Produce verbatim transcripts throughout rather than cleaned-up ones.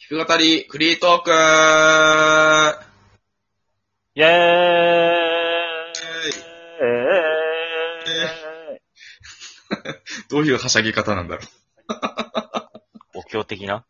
弾く語りフリートークーイェーイどういうはしゃぎ方なんだろう。 お経的な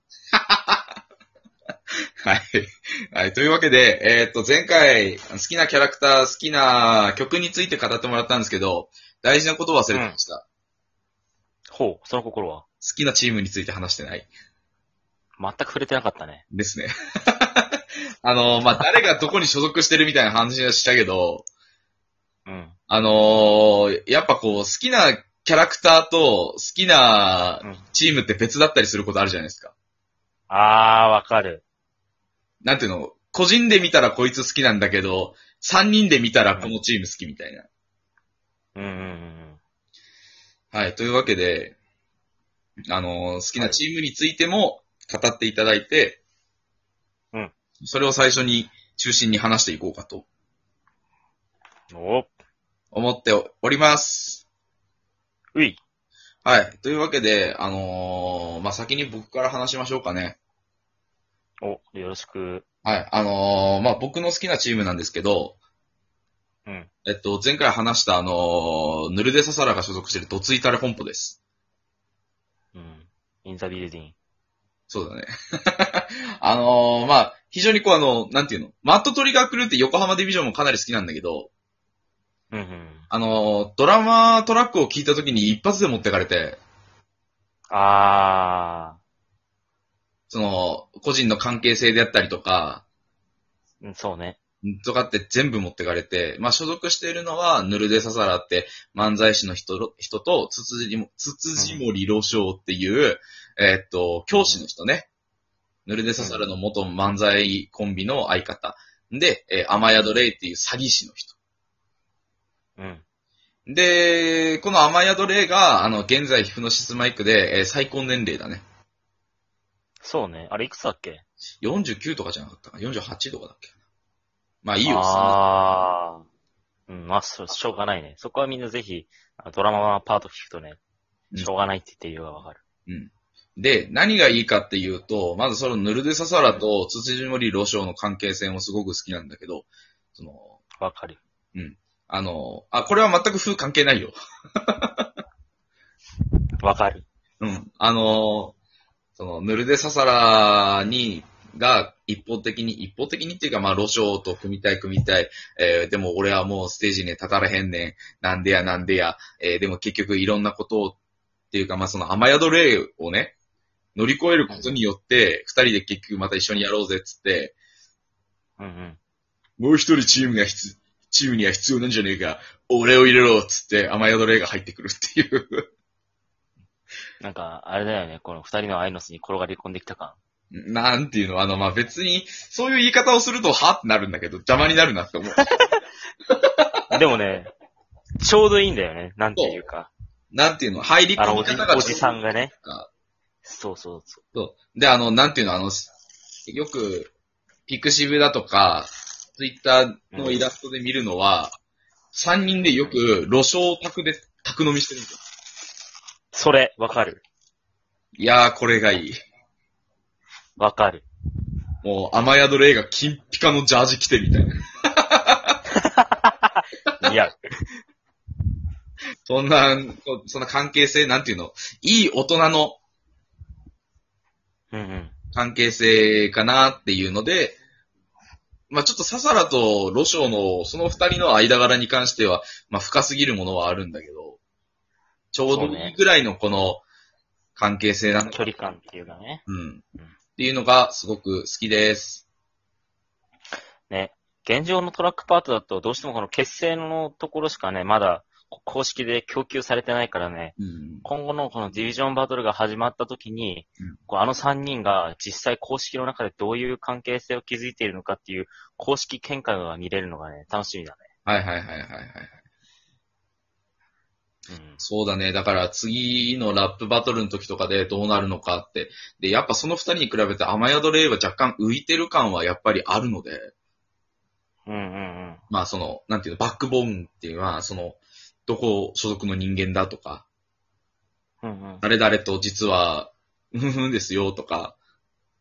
はい。はい。というわけで、えーっと、前回、好きなキャラクター、好きな曲について語ってもらったんですけど、大事なことを忘れてました。 ほう、その心は好きなチームについて話してない。 全く触れてなかったね。 ですね。あの、まあ、誰がどこに所属してるみたいな話はしたけど、 うん。 あのー、やっぱこう、好きなキャラクターと好きなうん。 チームって別だったりすることあるじゃないですか。 あー、わかる。 なんていうの、個人で見たらこいつ好きなんだけど、三人で見たらうん。 このチーム好きみたいな。 うんうんうんはい。というわけで、あのー、好きうん。はい。 なチームについても語っていただいて、 うん。 それを最初に中心に話していこうかとお思っております。 うい。 はい。というわけで、あのー、まあ、先に僕から話しましょうかね。 お、よろしく。 はい。あのー、まあ、僕の好きなチームなんですけど、 うん。 えっと、前回話したあのー、ヌルデササラが所属しているドツイタレ本舗です。 うん。インザビルディン。 そうだね。あのー、まあ、非常にこうあの、なんていうの、マットトリガークルーって横浜ディビジョンもかなり好きなんだけど、 うんうん。 あのー、ドラマトラックを聞いた時に一発で持ってかれて、 あその、個人の関係性であったりとか、 ー。うん、そうね。 とかって全部持ってかれて、まあ所属しているのは、ヌルデササラって漫才師の人人と、つつじも、つつじもりろしょうっていう、えーっと、教師の人ね。ヌルデササラの元漫才コンビの相方。で、えー、雨宿レイっていう詐欺師の人。 うん。 で、この雨宿レイが、あの、現在、ヒプノシスマイクで、えー最高年齢だね。 そうね。あれいくつだっけ？ よんじゅうきゅうとかじゃなかったかな？ よんじゅうはち とかだっけ？まあいいよ。 あー。うん、まあ、しょしょうがないね。そこはみんなぜひ、あドラマパート聞くとね、 うんしょうがないって言ってるようがわかる。 うん。で、何がいいかっていうと、まずそのヌルデササラとツツジモリロショウの関係性もすごく好きなんだけど、その、 わかる。 うん。あの、あ、これは全く風関係ないよ。 わかる。 うん。あの、その、ヌルデササラに、が一方的に、一方的にっていうか、まあ、ロショウと組みたい組みたい。えーでも俺はもうステージに立たれへんねん。なんでやなんでや。えーでも結局いろんなことを、っていうか、まあ、その雨宿レイをね、乗り越えることによって、二人で結局また一緒にやろうぜっつって、 うんうん。 もう一人チームが必、チームには必要なんじゃねえか、俺を入れろっつって、雨宿レイが入ってくるっていう。 なんか、あれだよね、この二人のアイノスに転がり込んできた感。 なんていうの、あの、まあ、別に、そういう言い方をすると、はってなるんだけど、邪魔になるなって思う。 でもね、ちょうどいいんだよね、なんてそう。 いうか。 なんていうの、入りあのおじ、 込み方がおじさんがね。 か。 そうそうそそうで、あの、なんていうの、あの、よく、ピクシブだとか、ツイッターう。うん。 のイラストで見るのは、三人でよく、路上宅で、宅飲みしてるんですよ。 それ、わかる。 いやー、これがいい。 わかる。 もう、雨宿レイが金ピカのジャージ着てみたいな。 似合う。 そんな、そんな関係性、なんていうの、いい大人のうんうん。 関係性かなっていうので、まあちょっとササラとロショウのその二人の間柄に関しては、まあ深すぎるものはあるんだけど、ちょうどいいぐらいのこの関係性なの。 距離感っていうかね。 うん。 うんっていうのがすごく好きです。 ね。現状のトラックパートだと、どうしてもこの結成のところしかね、まだ公式で供給されてないからね、 うん。 今後のこのディビジョンバトルが始まった時に、 うんこうあのさんにんが実際公式の中でどういう関係性を築いているのかっていう公式見解が見れるのがね、楽しみだはいはいはいはいはい。 ね。うん。 そうだね。だから次のラップバトルの時とかでどうなるのかって。で、やっぱその二人に比べて雨宿レイは若干浮いてる感はやっぱりあるので、 うんうんうん。 まあその、なんていうの、バックボーンっていうのは、その、どこ所属の人間だとか、 うんうん。 誰々と実は、うんふんですよとか、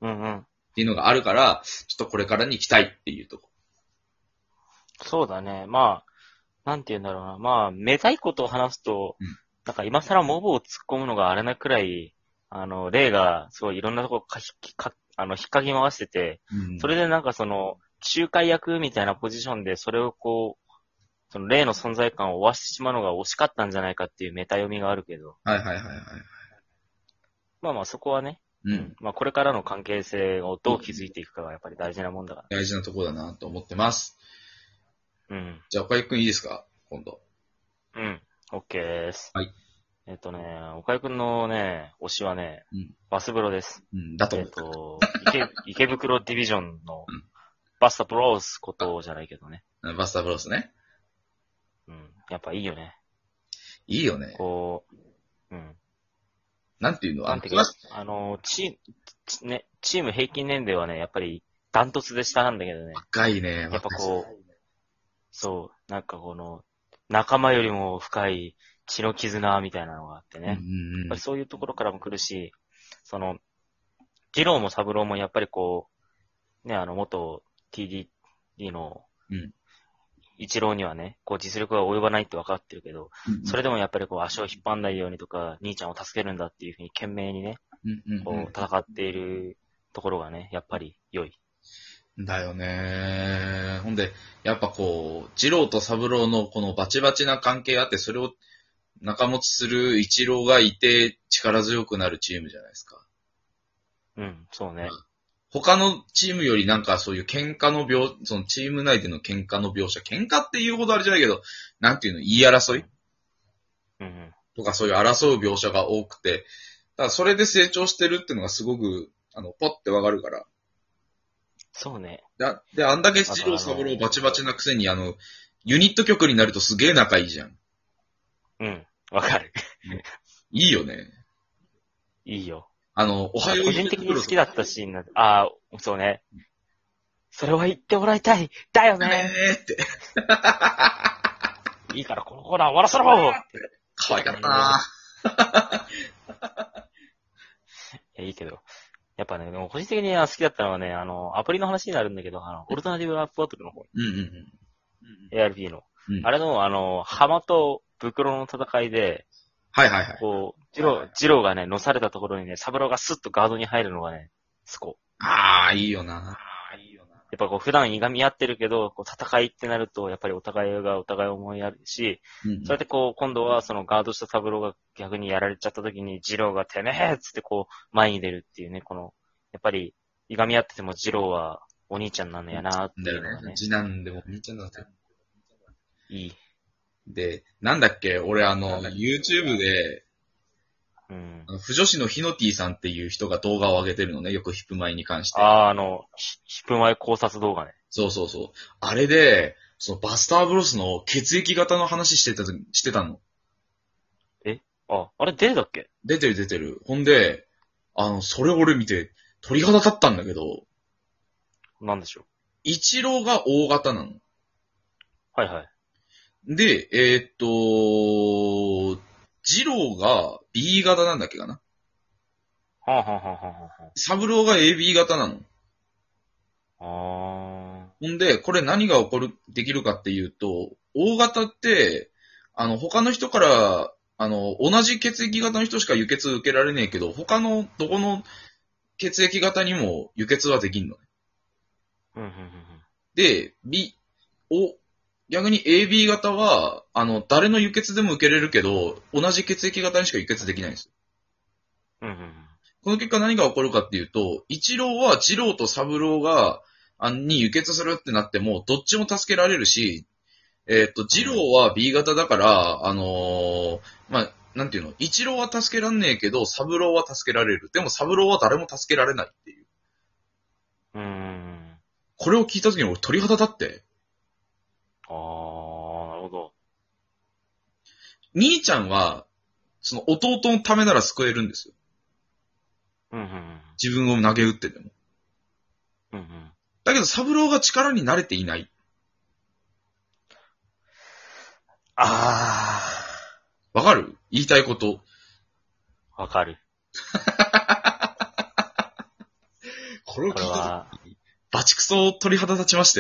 うんうん。 っていうのがあるから、ちょっとこれからに期待っていうとこ。 そうだね。まあ、なんて言うんだろうな。まあ、めたいことを話すと、 うんなんか今更モブを突っ込むのがあれなくらい、あの、例が、すごいいろんなとこかひか、あの、引っかき回してて、 うん。 それでなんかその、仲介役みたいなポジションで、それをこう、その例の存在感を終わしてしまうのが惜しかったんじゃないかっていうメタ読みがあるけど、 はいはいはいはい。 まあまあそこはね、 ううんん。まあこれからの関係性をどう築いていくかがやっぱり大事なもんだか大事なところだなと思ってます。 ら。うん。 じゃあ、岡井くんいいですか今度。 うん。OK です。 はい。 えっとね、岡井くんのね、推しはね、 うん。 バス風呂です。 うん。だとえっ思った。 と、池、池袋ディビジョンのうんバスタブローズことじゃないけどね。 バスタブロスね。 うん。やっぱいいよね。 いいよね。 こう、うん。 なんていうのあの、 なんていうか、あの、チー、ね、チーム平均年齢はね、やっぱりダントツで下なんだけどね。 若いね。 やっぱこう、そう、なんかこの、仲間よりも深い血の絆みたいなのがあってね。 うんうんうんやっぱり。そういうところからも来るし、その、二郎も三郎もやっぱりこう、ね、あの、元 ティーディーディー のうん一郎にはね、こう実力が及ばないって分かってるけど、 うんそれでもやっぱりこう足を引っ張んないようにとか、兄ちゃんを助けるんだっていうふうに懸命にね、 うんうんこう戦っているところがね、やっぱり良い。 うん。だよね。ほんで、やっぱこう、二郎と三郎のこのバチバチな関係あって、それを仲持ちする一郎がいて力強くなるチームじゃないですか。 うん、そうね。 他のチームよりなんかそういう喧嘩の描、そのチーム内での喧嘩の描写、喧嘩っていうほどあれじゃないけど、なんていうの、言い争いうんうん。 とかそういう争う描写が多くて、だからそれで成長してるっていうのがすごく、あの、ポッてわかるから。 そうね。 だで、あんだけあと二郎三あの郎バチバチなくせに、あの、ユニット曲になるとすげえ仲いいじゃん。 うん、わかる。 いいよね。 いいよ。 あの、おはよう個人的に好きだったシーンな、ああ、そうね。それは言ってもらいたい。だよねね。 ーって。 いいからこのコーナー終わらせろって。 可愛かったないや、いいけど。やっぱね、でも個人的に好きだったのはね、あの、アプリの話になるんだけど、あの、オルタナティブラップバトルの方、 うんうんうん。 エーアールピー の。 うん。 あれの、あの、浜と袋の戦いで、 はいはいはい。 こう、ジロー、ジローがね、乗されたところにね、サブローがスッとガードに入るのがね、そこ。 ああ、いいよな。 やっぱこう、普段いがみ合ってるけど、こう、戦いってなると、やっぱりお互いがお互いを思いやるし、 うんうんそうやってこう、今度はそのガードしたサブローが逆にやられちゃった時に、ジローがてめえっつってこう、前に出るっていうね、この、やっぱり、いがみ合っててもジローはお兄ちゃんなのやなってだよいうのがね。。 ね次男でも兄ちゃんだったよ。 いい。 で、なんだっけ俺あの、YouTube で、 うん。 あの、不女子のヒノティさんっていう人が動画を上げてるのね。よくヒップマイに関して。 あー、あの、ヒヒップ前考察動画ね。 そうそうそう。あれで、そのバスターブロスの血液型の話してた、してたの。 あ、あれ出てたっけ？ 出てる出てる。ほんで、あの、それ俺見て鳥肌立ったんだけど、 なんでしょう。 一郎が O 型なの。 はいはい。 で、えーっと、二郎が B 型なんだっけかな。 はあ、はあはあはあはサブローが エービー 型なの。 あ、あほんで、これ何が起こる、できるかっていうと、O 型って、あの、他の人から、あの、同じ血液型の人しか輸血受けられねえけど、他の、どこの血液型にも輸血はできんのね。 ー。うん、うん、うんうん。 で、B、O、逆に エービー 型は、あの、誰の輸血でも受けれるけど、同じ血液型にしか輸血できないんですよ。 うん、うんうん。 この結果何が起こるかっていうと、一郎は二郎と三郎が、あに輸血するってなっても、どっちも助けられるし、えっと、二郎は B 型だから、あのーまあ、なんていうの、一郎は助けらんねえけど、三郎は助けられる。でも三郎は誰も助けられないっていう。 うーん。 これを聞いた時に俺鳥肌立って、 あー、なるほど。 兄ちゃんは、その弟のためなら救えるんですよ。 うん、うん、うん。 自分を投げ打ってでも。 うん、うん。 だけど三郎が力に慣れていない。 あわかる？言いたいこと。 ー、わかる。 これを聞いたこれは、 時に、バチクソ鳥肌立ちまして。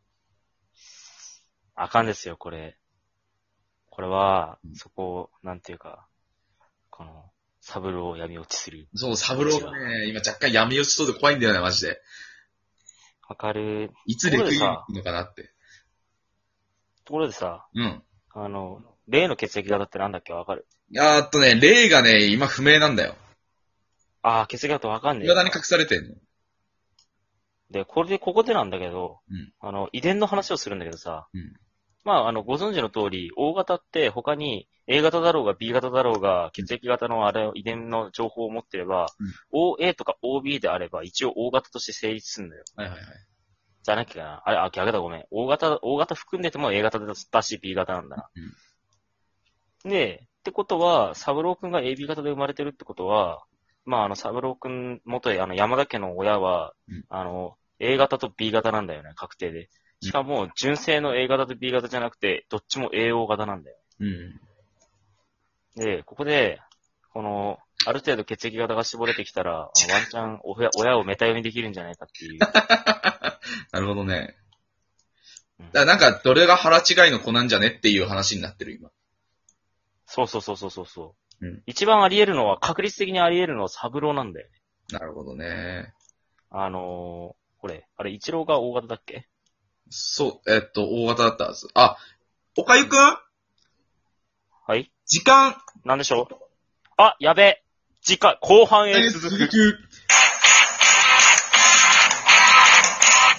あかんですよ、これ。これはうん、 そこ、なんていうか、この、サブローを闇落ちする。 そう、サブローがね、今若干闇落ちそうで怖いんだよね、マジで。 わかる。 いつレクイエム行くのかなって。 ところでさ、 うん。 あの、例の血液型ってなんだっけわかる？ あーっとね、例がね、今不明なんだよ。 ああ、血液型わかんねえな。 未だに隠されてんの。 で、これで、ここでなんだけど、 うんあの、遺伝の話をするんだけどさ、 うんまあ、あの、ご存知の通り、O 型って他に A 型だろうが B 型だろうが、血液型のあれ、遺伝の情報を持ってれば、 うんオーエー とか オービー であれば、一応 O 型として成立するんだよ。 はいはいはい。 じゃなきゃな。あれ、あ、逆だ、ごめん。O 型、O 型含んでても A 型だし B 型なんだな。で、ってことは、サブロー君が エービー 型で生まれてるってことは、まあ、あの、サブロー君元へ、あの、山田家の親は、 うんあの、A 型と B 型なんだよね、確定で。しかも、純正の A 型と B 型じゃなくて、どっちも エーオー 型なんだよ。 うん。 で、ここで、この、ある程度血液型が絞れてきたら、ワンチャン親親をメタ読みできるんじゃないかっていう。 なるほどね。 うんだからなんか、どれが腹違いの子なんじゃねっていう話になってる、今。 そうそうそうそうそうそう、 うん一番あり得るのは、確率的にあり得るのはサブローなんだよね。 なるほどね。 あのー、これ、あれ、一郎が O 型だっけ？ そう、えっと、大型だったはず。あ、おかゆくんはい時間なんでしょう？あ、やべえ。次回、後半へ続く。 続く。